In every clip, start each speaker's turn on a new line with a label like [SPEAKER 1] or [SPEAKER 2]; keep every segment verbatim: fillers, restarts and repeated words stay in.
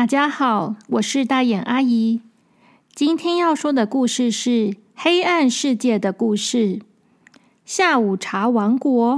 [SPEAKER 1] 大家好，我是大眼阿姨。今天要说的故事是《黑暗世界的故事》下午茶王国。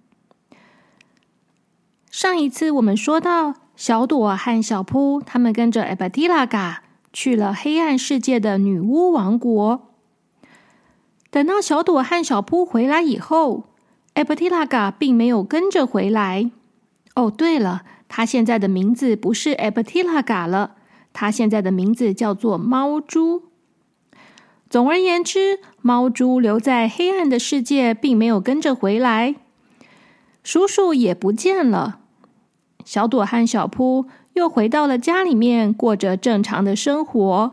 [SPEAKER 1] 上一次我们说到，小朵和小扑他们跟着 Ebtilaga 去了黑暗世界的女巫王国。等到小朵和小扑回来以后， Ebtilaga 并没有跟着回来。哦，对了，他现在的名字不是 Ebtilaga 了，他现在的名字叫做猫猪。总而言之，猫猪留在黑暗的世界，并没有跟着回来。叔叔也不见了。小朵和小扑又回到了家里面，过着正常的生活。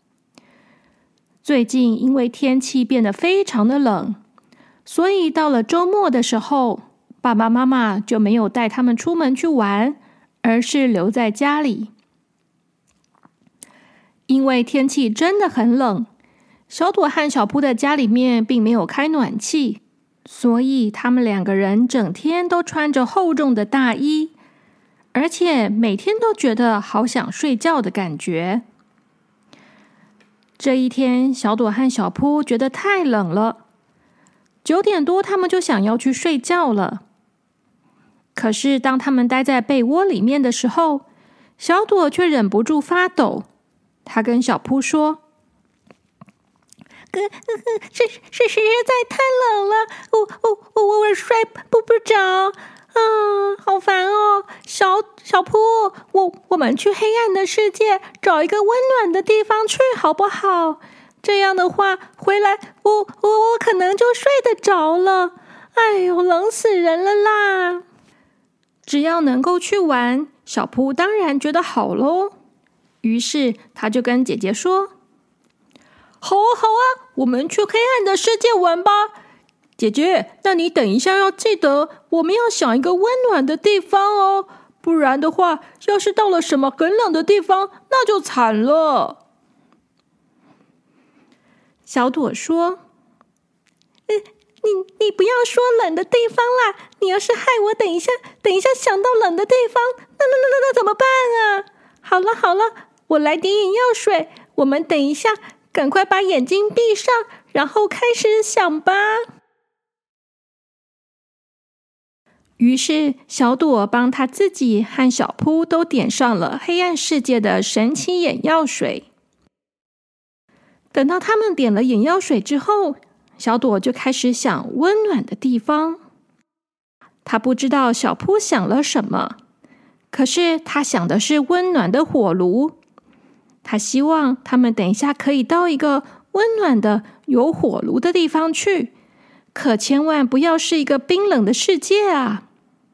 [SPEAKER 1] 最近因为天气变得非常的冷，所以到了周末的时候，爸爸妈妈就没有带他们出门去玩，而是留在家里。因为天气真的很冷，小朵和小扑的家里面并没有开暖气，所以他们两个人整天都穿着厚重的大衣，而且每天都觉得好想睡觉的感觉。这一天，小朵和小扑觉得太冷了，九点多他们就想要去睡觉了。可是当他们待在被窝里面的时候，小朵却忍不住发抖。他跟小扑说：哥哥哥，是是实在太冷了，我我我我睡不不着，啊，好烦哦！小小扑，我我们去黑暗的世界找一个温暖的地方去，好不好？这样的话，回来我我我可能就睡得着了。哎呦，冷死人了啦！只要能够去玩，小扑当然觉得好咯。于是他就跟姐姐说：好啊好啊，我们去黑暗的世界玩吧。姐姐，那你等一下要记得，我们要想一个温暖的地方哦，不然的话，要是到了什么很冷的地方，那就惨了。小朵说：呃你你不要说冷的地方啦，你要是害我等一下等一下想到冷的地方，那那那那那怎么办啊？好了好了，我来点眼药水，我们等一下赶快把眼睛闭上，然后开始想吧。于是小朵帮他自己和小扑都点上了黑暗世界的神奇眼药水。等到他们点了眼药水之后，小朵就开始想温暖的地方。他不知道小扑想了什么，可是他想的是温暖的火炉。他希望他们等一下可以到一个温暖的有火炉的地方去，可千万不要是一个冰冷的世界啊！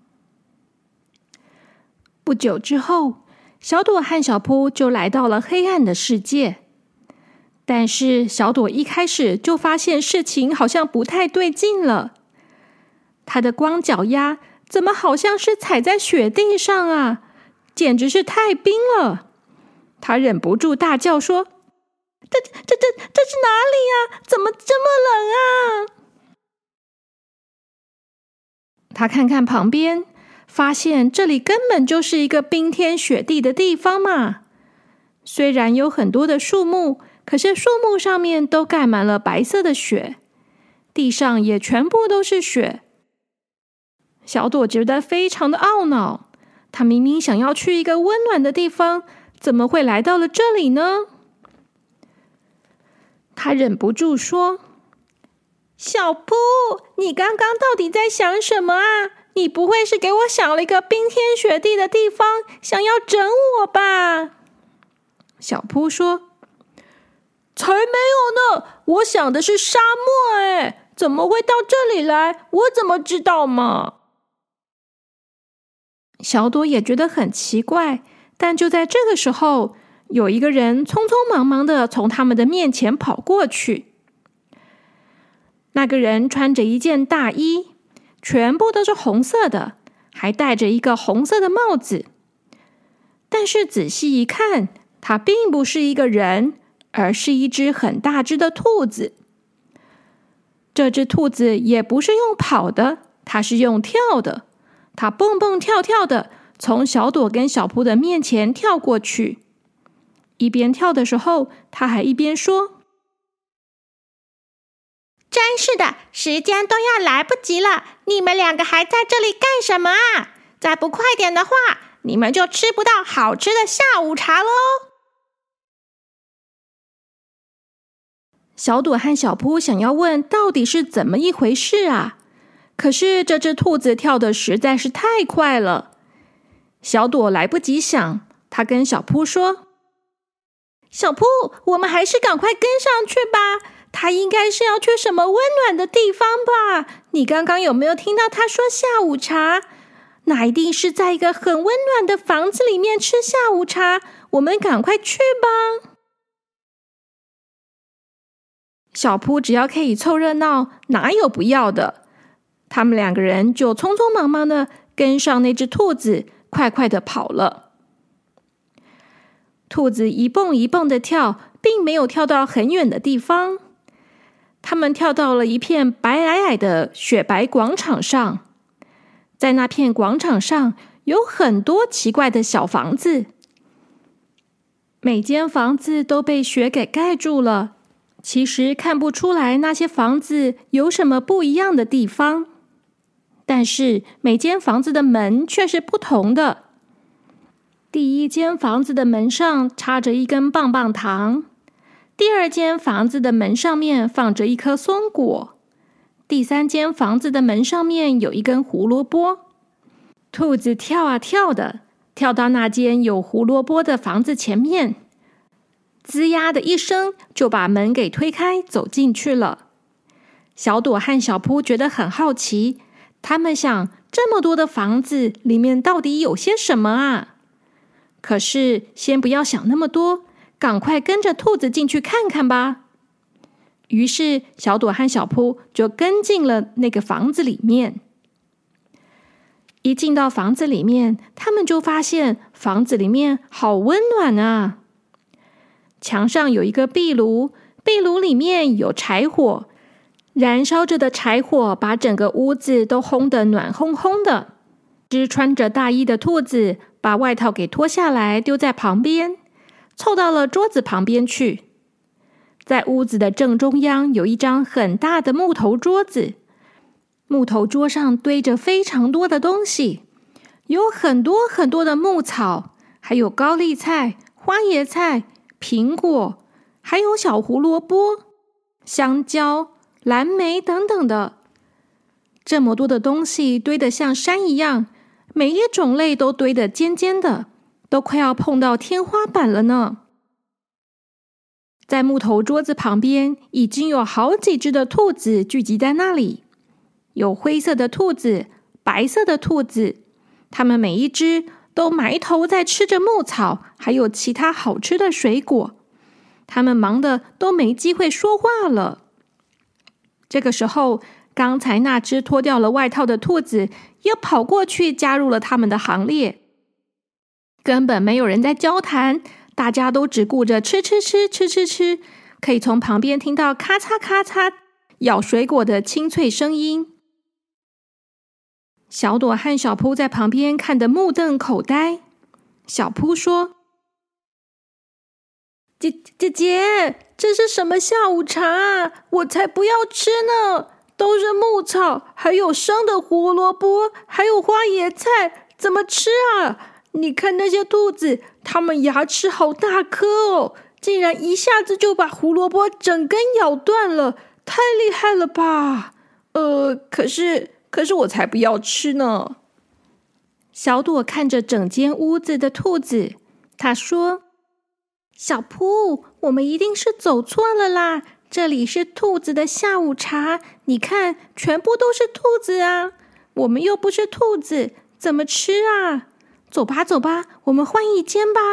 [SPEAKER 1] 不久之后，小朵和小扑就来到了黑暗的世界。但是小朵一开始就发现事情好像不太对劲了。她的光脚丫怎么好像是踩在雪地上啊？简直是太冰了！她忍不住大叫说：这这这这是哪里啊？怎么这么冷啊？她看看旁边，发现这里根本就是一个冰天雪地的地方嘛。虽然有很多的树木，可是树木上面都盖满了白色的雪，地上也全部都是雪。小朵觉得非常的懊恼，她明明想要去一个温暖的地方，怎么会来到了这里呢？她忍不住说：小扑，你刚刚到底在想什么啊？你不会是给我想了一个冰天雪地的地方，想要整我吧？小扑说：才没有呢，我想的是沙漠哎，怎么会到这里来？我怎么知道嘛？小朵也觉得很奇怪，但就在这个时候，有一个人匆匆忙忙的从他们的面前跑过去。那个人穿着一件大衣，全部都是红色的，还戴着一个红色的帽子。但是仔细一看，他并不是一个人，而是一只很大只的兔子。这只兔子也不是用跑的，它是用跳的。它蹦蹦跳跳的从小朵跟小扑的面前跳过去。一边跳的时候，他还一边说：
[SPEAKER 2] 真是的，时间都要来不及了，你们两个还在这里干什么啊？再不快点的话，你们就吃不到好吃的下午茶喽！
[SPEAKER 1] 小朵和小扑想要问到底是怎么一回事啊，可是这只兔子跳得实在是太快了。小朵来不及想，她跟小扑说：
[SPEAKER 2] 小扑，我们还是赶快跟上去吧，他应该是要去什么温暖的地方吧？你刚刚有没有听到他说下午茶？那一定是在一个很温暖的房子里面吃下午茶，我们赶快去吧。
[SPEAKER 1] 小扑只要可以凑热闹，哪有不要的？他们两个人就匆匆忙忙的跟上那只兔子，快快的跑了。兔子一蹦一蹦的跳，并没有跳到很远的地方。他们跳到了一片白皑皑的雪白广场上，在那片广场上有很多奇怪的小房子，每间房子都被雪给盖住了，其实看不出来那些房子有什么不一样的地方，但是每间房子的门却是不同的。第一间房子的门上插着一根棒棒糖，第二间房子的门上面放着一颗松果，第三间房子的门上面有一根胡萝卜。兔子跳啊跳的，跳到那间有胡萝卜的房子前面，吱呀的一声就把门给推开，走进去了。小朵和小扑觉得很好奇，他们想，这么多的房子里面到底有些什么啊？可是先不要想那么多，赶快跟着兔子进去看看吧。于是小朵和小扑就跟进了那个房子里面。一进到房子里面，他们就发现房子里面好温暖啊！墙上有一个壁炉，壁炉里面有柴火，燃烧着的柴火把整个屋子都烘得暖烘烘的。只穿着大衣的兔子把外套给脱下来，丢在旁边，凑到了桌子旁边去。在屋子的正中央有一张很大的木头桌子，木头桌上堆着非常多的东西，有很多很多的牧草，还有高丽菜、花椰菜、苹果，还有小胡萝卜、香蕉、蓝莓等等的。这么多的东西堆得像山一样，每一种类都堆得尖尖的，都快要碰到天花板了呢。在木头桌子旁边，已经有好几只的兔子聚集在那里，有灰色的兔子、白色的兔子，它们每一只都埋头在吃着牧草，还有其他好吃的水果。它们忙得都没机会说话了。这个时候，刚才那只脱掉了外套的兔子又跑过去加入了他们的行列。根本没有人在交谈，大家都只顾着吃吃吃吃吃吃，可以从旁边听到咔嚓咔嚓咬水果的清脆声音。小朵和小扑在旁边看得目瞪口呆。小扑说：姐姐姐，这是什么下午茶啊？我才不要吃呢！都是牧草，还有生的胡萝卜，还有花椰菜，怎么吃啊？你看那些兔子，它们牙齿好大颗哦，竟然一下子就把胡萝卜整根咬断了，太厉害了吧！呃，可是，可是我才不要吃呢。小朵看着整间屋子的兔子，她说：小扑，我们一定是走错了啦，这里是兔子的下午茶，你看，全部都是兔子啊，我们又不是兔子，怎么吃啊？走吧走吧，我们换一间吧。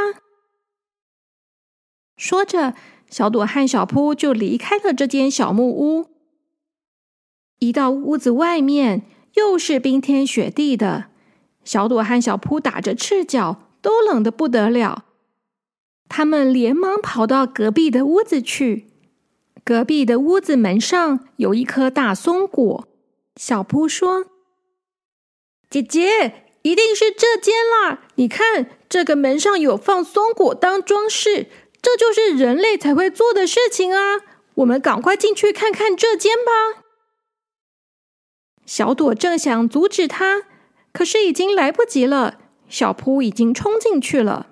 [SPEAKER 1] 说着，小朵和小扑就离开了这间小木屋。一到屋子外面，又是冰天雪地的，小朵和小扑打着赤脚，都冷得不得了。他们连忙跑到隔壁的屋子去。隔壁的屋子门上有一颗大松果。小扑说：姐姐，
[SPEAKER 2] 一定是这间啦！你看，这个门上有放松果当装饰，这就是人类才会做的事情啊！我们赶快进去看看这间吧。
[SPEAKER 1] 小朵正想阻止他，可是已经来不及了，小扑已经冲进去了。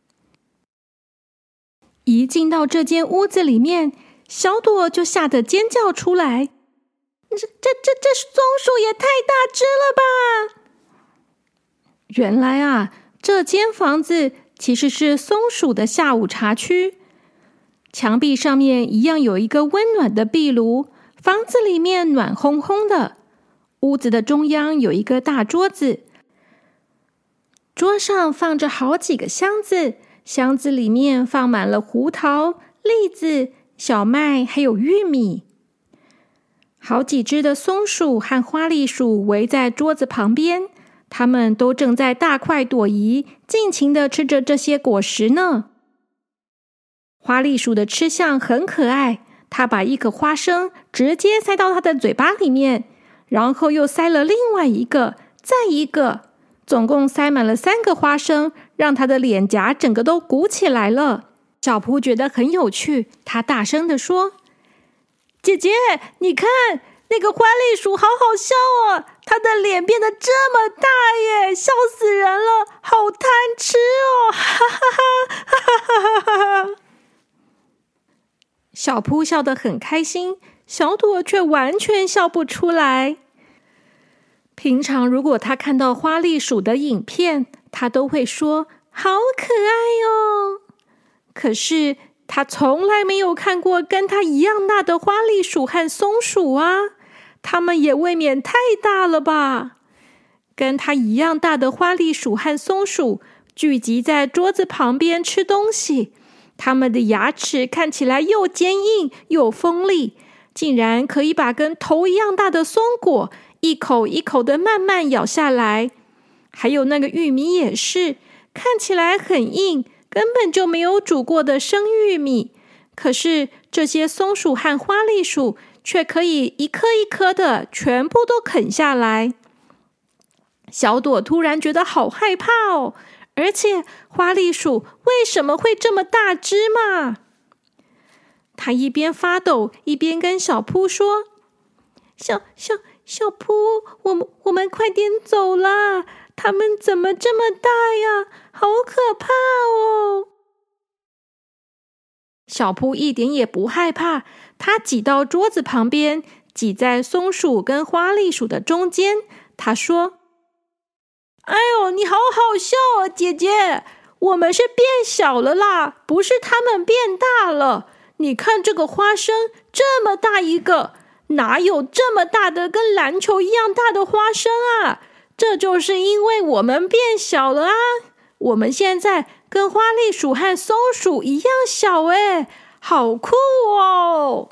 [SPEAKER 1] 一进到这间屋子里面，小朵就吓得尖叫出来。
[SPEAKER 2] 这这这这松鼠也太大只了吧！
[SPEAKER 1] 原来啊，这间房子其实是松鼠的下午茶区。墙壁上面一样有一个温暖的壁炉，房子里面暖烘烘的。屋子的中央有一个大桌子，桌上放着好几个箱子，箱子里面放满了胡桃、栗子、小麦还有玉米。好几只的松鼠和花栗鼠围在桌子旁边，它们都正在大快朵颐，尽情地吃着这些果实呢。花栗鼠的吃相很可爱，它把一颗花生直接塞到它的嘴巴里面，然后又塞了另外一个，再一个，总共塞满了三个花生，让它的脸颊整个都鼓起来了。小扑觉得很有趣，他大声地说：
[SPEAKER 2] 姐姐，你看那个花栗鼠好好笑哦，它的脸变得这么大耶，笑死人了，好贪吃哦！哈哈哈哈哈哈！
[SPEAKER 1] 小扑笑得很开心，小朵却完全笑不出来。平常如果他看到花栗鼠的影片，他都会说好可爱哦。可是他从来没有看过跟他一样大的花栗鼠和松鼠啊，它们也未免太大了吧？跟他一样大的花栗鼠和松鼠聚集在桌子旁边吃东西，它们的牙齿看起来又坚硬又锋利，竟然可以把跟头一样大的松果一口一口的慢慢咬下来。还有那个玉米也是，看起来很硬，根本就没有煮过的生玉米，可是这些松鼠和花栗鼠却可以一颗一颗的全部都啃下来。小朵突然觉得好害怕哦，而且花栗鼠为什么会这么大只嘛？他一边发抖一边跟小扑说：小小小扑，我们我们快点走啦！它们怎么这么大呀？好可怕哦！小扑一点也不害怕，他挤到桌子旁边，挤在松鼠跟花栗鼠的中间。他说：
[SPEAKER 2] 哎呦，你好好笑哦，姐姐，我们是变小了啦，不是它们变大了。你看这个花生这么大一个，哪有这么大的跟篮球一样大的花生啊？这就是因为我们变小了啊！我们现在跟花栗鼠和松鼠一样小诶，好酷哦！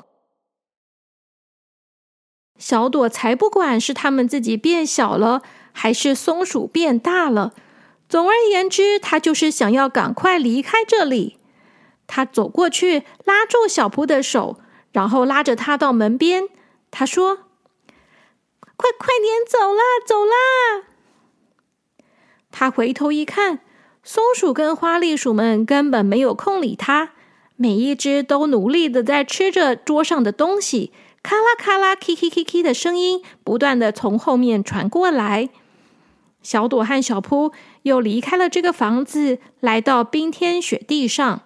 [SPEAKER 1] 小朵才不管是他们自己变小了，还是松鼠变大了。总而言之，他就是想要赶快离开这里。他走过去，拉住小扑的手，然后拉着他到门边。他说：快快点走啦，走啦！他回头一看，松鼠跟花栗鼠们根本没有空理他，每一只都努力的在吃着桌上的东西，咔啦咔啦 k k k k 的声音不断的从后面传过来。小朵和小扑又离开了这个房子，来到冰天雪地上。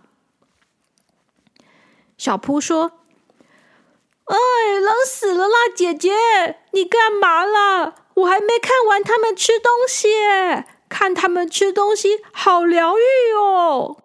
[SPEAKER 1] 小扑说：
[SPEAKER 2] 哎，冷死了啦，姐姐，你干嘛啦？我还没看完他们吃东西耶，看他们吃东西好疗愈哦。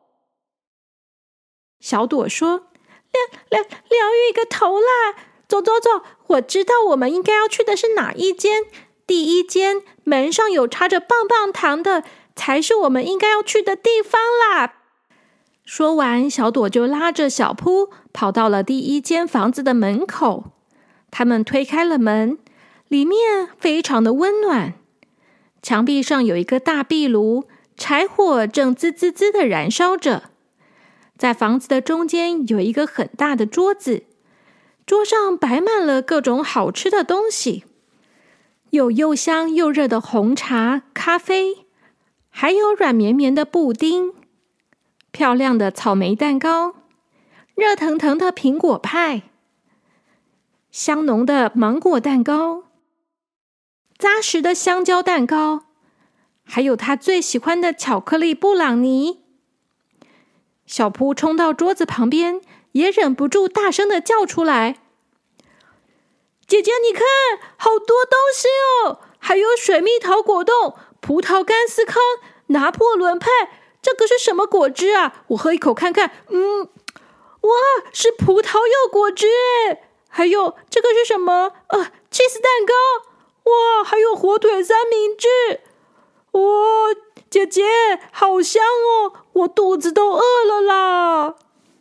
[SPEAKER 1] 小朵说：
[SPEAKER 2] 疗疗疗愈个头啦！走走走，我知道我们应该要去的是哪一间。第一间门上有插着棒棒糖的，才是我们应该要去的地方啦。
[SPEAKER 1] 说完，小朵就拉着小扑跑到了第一间房子的门口。他们推开了门，里面非常的温暖。墙壁上有一个大壁炉，柴火正滋滋滋的燃烧着。在房子的中间有一个很大的桌子，桌上摆满了各种好吃的东西。 有又香又热的红茶、咖啡，还有软绵绵的布丁，漂亮的草莓蛋糕，热腾腾的苹果派，香浓的芒果蛋糕，扎实的香蕉蛋糕，还有他最喜欢的巧克力布朗尼。小扑冲到桌子旁边，也忍不住大声的叫出来：姐姐，你看，好多东西哦！还有水蜜桃果冻、葡萄干司康、拿破仑派，这个是什么果汁啊？我喝一口看看。嗯，哇，是葡萄柚果汁耶！还有这个是什么？呃，cheese 蛋糕。哇，还有火腿三明治。哇，姐姐，好香哦！我肚子都饿了啦。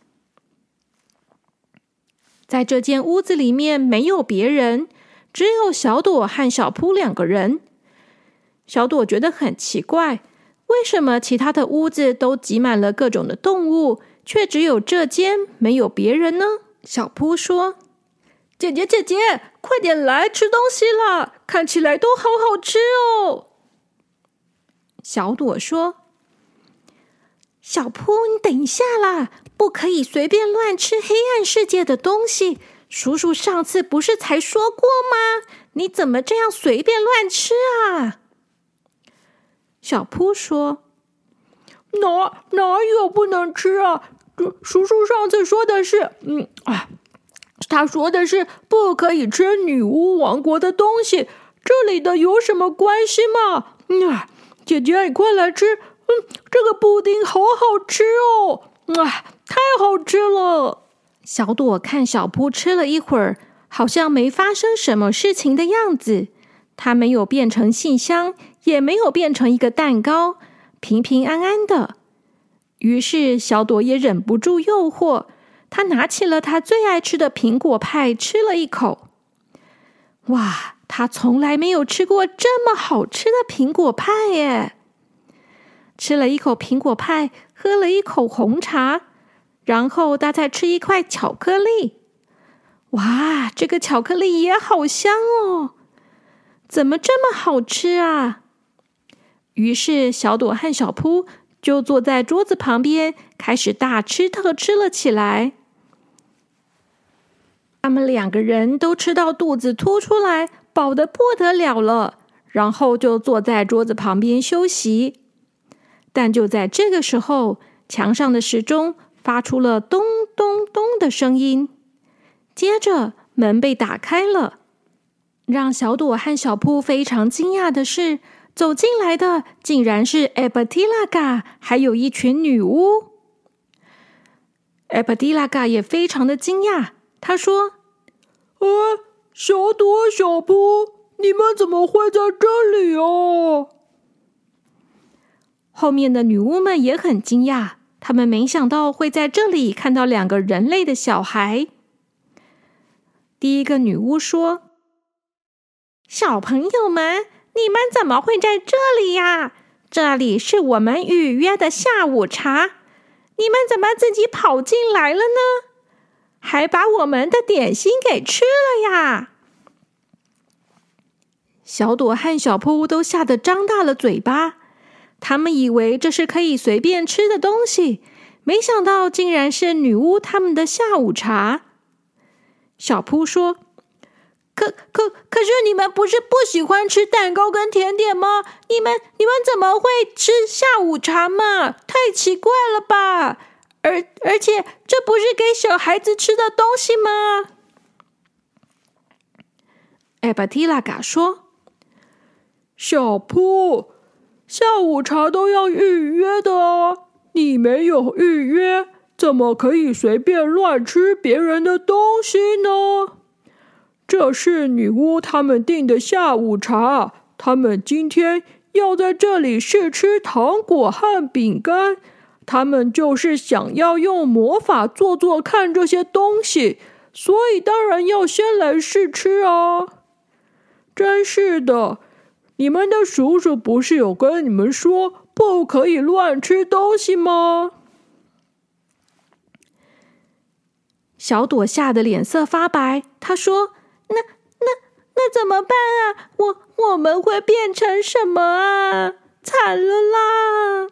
[SPEAKER 1] 在这间屋子里面没有别人，只有小朵和小扑两个人。小朵觉得很奇怪，为什么其他的屋子都挤满了各种的动物，却只有这间没有别人呢？小扑说：姐姐姐姐，快点来吃东西啦，看起来都好好吃哦。小朵说：小扑，你等一下啦，不可以随便乱吃黑暗世界的东西。叔叔上次不是才说过吗？你怎么这样随便乱吃啊？小扑说：哪哪有不能吃啊？叔叔上次说的是，嗯啊，他说的是不可以吃女巫王国的东西，这里的有什么关系吗？嗯啊，姐姐，你快来吃，嗯，这个布丁好好吃哦，啊，太好吃了。小朵看小扑吃了一会儿，好像没发生什么事情的样子。它没有变成信箱，也没有变成一个蛋糕，平平安安的。于是小朵也忍不住诱惑，她拿起了她最爱吃的苹果派，吃了一口。哇，她从来没有吃过这么好吃的苹果派耶！吃了一口苹果派，喝了一口红茶，然后他再吃一块巧克力。哇，这个巧克力也好香哦！怎么这么好吃啊？于是小朵和小扑就坐在桌子旁边，开始大吃特吃了起来。他们两个人都吃到肚子凸出来，饱得不得了了，然后就坐在桌子旁边休息。但就在这个时候，墙上的时钟发出了咚咚咚的声音，接着门被打开了。让小朵和小扑非常惊讶的是，走进来的竟然是 Eptilaga 还有一群女巫。Eptilaga 也非常的惊讶，她说：啊，小朵、小扑，你们怎么会在这里哦？后面的女巫们也很惊讶，她们没想到会在这里看到两个人类的小孩。第一个女巫说：小朋友们，你们怎么会在这里呀？这里是我们预约的下午茶，你们怎么自己跑进来了呢？还把我们的点心给吃了呀！小朵和小扑都吓得张大了嘴巴，他们以为这是可以随便吃的东西，没想到竟然是女巫他们的下午茶。小扑说：可可可是你们不是不喜欢吃蛋糕跟甜点吗？你们你们怎么会吃下午茶嘛？太奇怪了吧！而而且这不是给小孩子吃的东西吗？艾巴蒂拉嘎说：小扑，下午茶都要预约的啊！你没有预约，怎么可以随便乱吃别人的东西呢？这是女巫他们订的下午茶，他们今天要在这里试吃糖果和饼干，他们就是想要用魔法做做看这些东西，所以当然要先来试吃啊！真是的，你们的叔叔不是有跟你们说不可以乱吃东西吗？小朵吓得脸色发白，她说：那那那
[SPEAKER 2] 那怎么办啊？我我们会变成什么啊？惨了啦！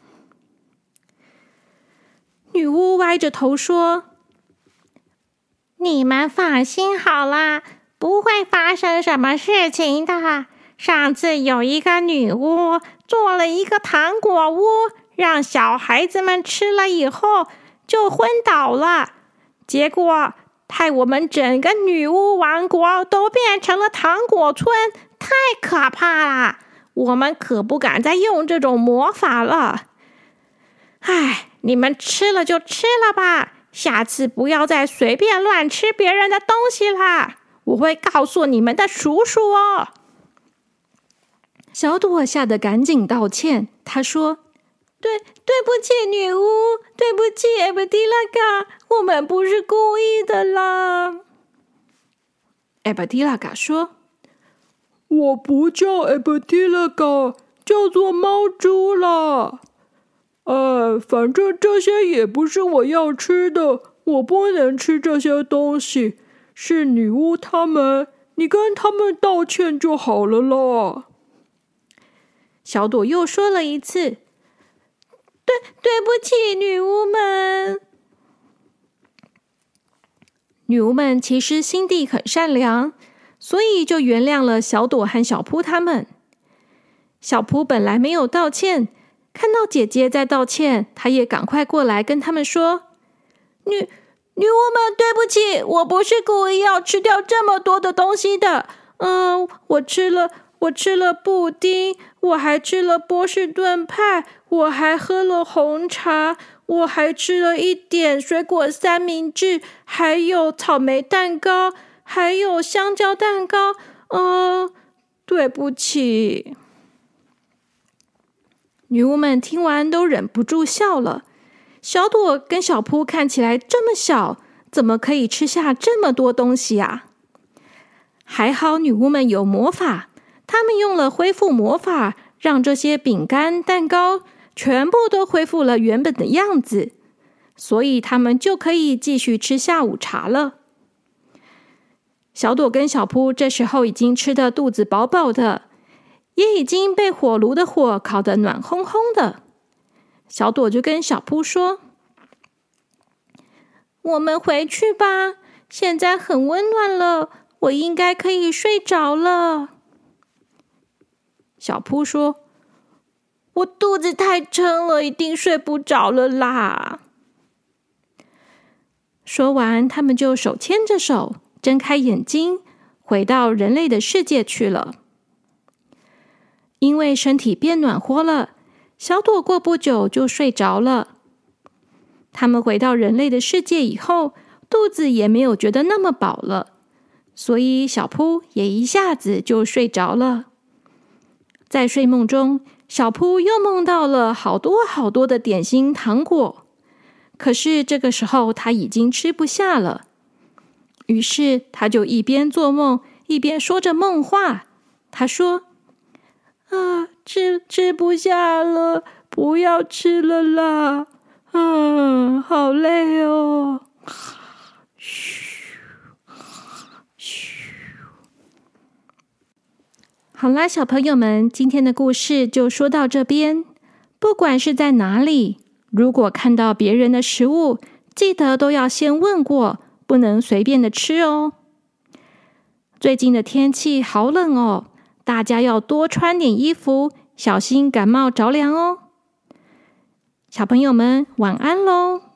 [SPEAKER 1] 女巫歪着头说：“
[SPEAKER 3] 你们放心好啦，不会发生什么事情的。上次有一个女巫做了一个糖果屋，让小孩子们吃了以后就昏倒了，结果害我们整个女巫王国都变成了糖果村，太可怕啦！我们可不敢再用这种魔法了。唉，你们吃了就吃了吧，下次不要再随便乱吃别人的东西啦，我会告诉你们的叔叔哦。”
[SPEAKER 1] 小朵吓得赶紧道歉，她说：“
[SPEAKER 2] 对，对不起，女巫，对不起，艾布蒂拉嘎，我们不是故意的啦。”
[SPEAKER 1] 艾布蒂拉嘎说：“
[SPEAKER 4] 我不叫艾布蒂拉嘎，叫做猫猪啦。哎，反正这些也不是我要吃的，我不能吃这些东西。是女巫他们，你跟他们道歉就好了啦。”
[SPEAKER 1] 小朵又说了一次：“
[SPEAKER 2] 对，对不起，女巫们。”
[SPEAKER 1] 女巫们其实心地很善良，所以就原谅了小朵和小扑他们。小扑本来没有道歉，看到姐姐在道歉，他也赶快过来跟他们说：“
[SPEAKER 2] 女女巫们，对不起，我不是故意要吃掉这么多的东西的。嗯，我吃了。”我吃了布丁，我还吃了波士顿派，我还喝了红茶，我还吃了一点水果三明治，还有草莓蛋糕，还有香蕉蛋糕。呃，对不起。
[SPEAKER 1] 女巫们听完都忍不住笑了。小朵跟小扑看起来这么小，怎么可以吃下这么多东西啊？还好女巫们有魔法，他们用了恢复魔法，让这些饼干、蛋糕全部都恢复了原本的样子，所以他们就可以继续吃下午茶了。小朵跟小扑这时候已经吃得肚子饱饱的，也已经被火炉的火烤得暖烘烘的。小朵就跟小扑说：“
[SPEAKER 2] 我们回去吧，现在很温暖了，我应该可以睡着了。”
[SPEAKER 1] 小扑说：“
[SPEAKER 2] 我肚子太撑了，一定睡不着了啦。”
[SPEAKER 1] 说完，他们就手牵着手，睁开眼睛，回到人类的世界去了。因为身体变暖和了，小朵过不久就睡着了。他们回到人类的世界以后，肚子也没有觉得那么饱了，所以小扑也一下子就睡着了。在睡梦中，小扑又梦到了好多好多的点心糖果，可是这个时候他已经吃不下了，于是他就一边做梦一边说着梦话。他说：“
[SPEAKER 2] 啊，吃吃不下了，不要吃了啦！啊，好累哦。”
[SPEAKER 1] 好啦，小朋友们，今天的故事就说到这边。不管是在哪里，如果看到别人的食物，记得都要先问过，不能随便的吃哦。最近的天气好冷哦，大家要多穿点衣服，小心感冒着凉哦。小朋友们，晚安喽。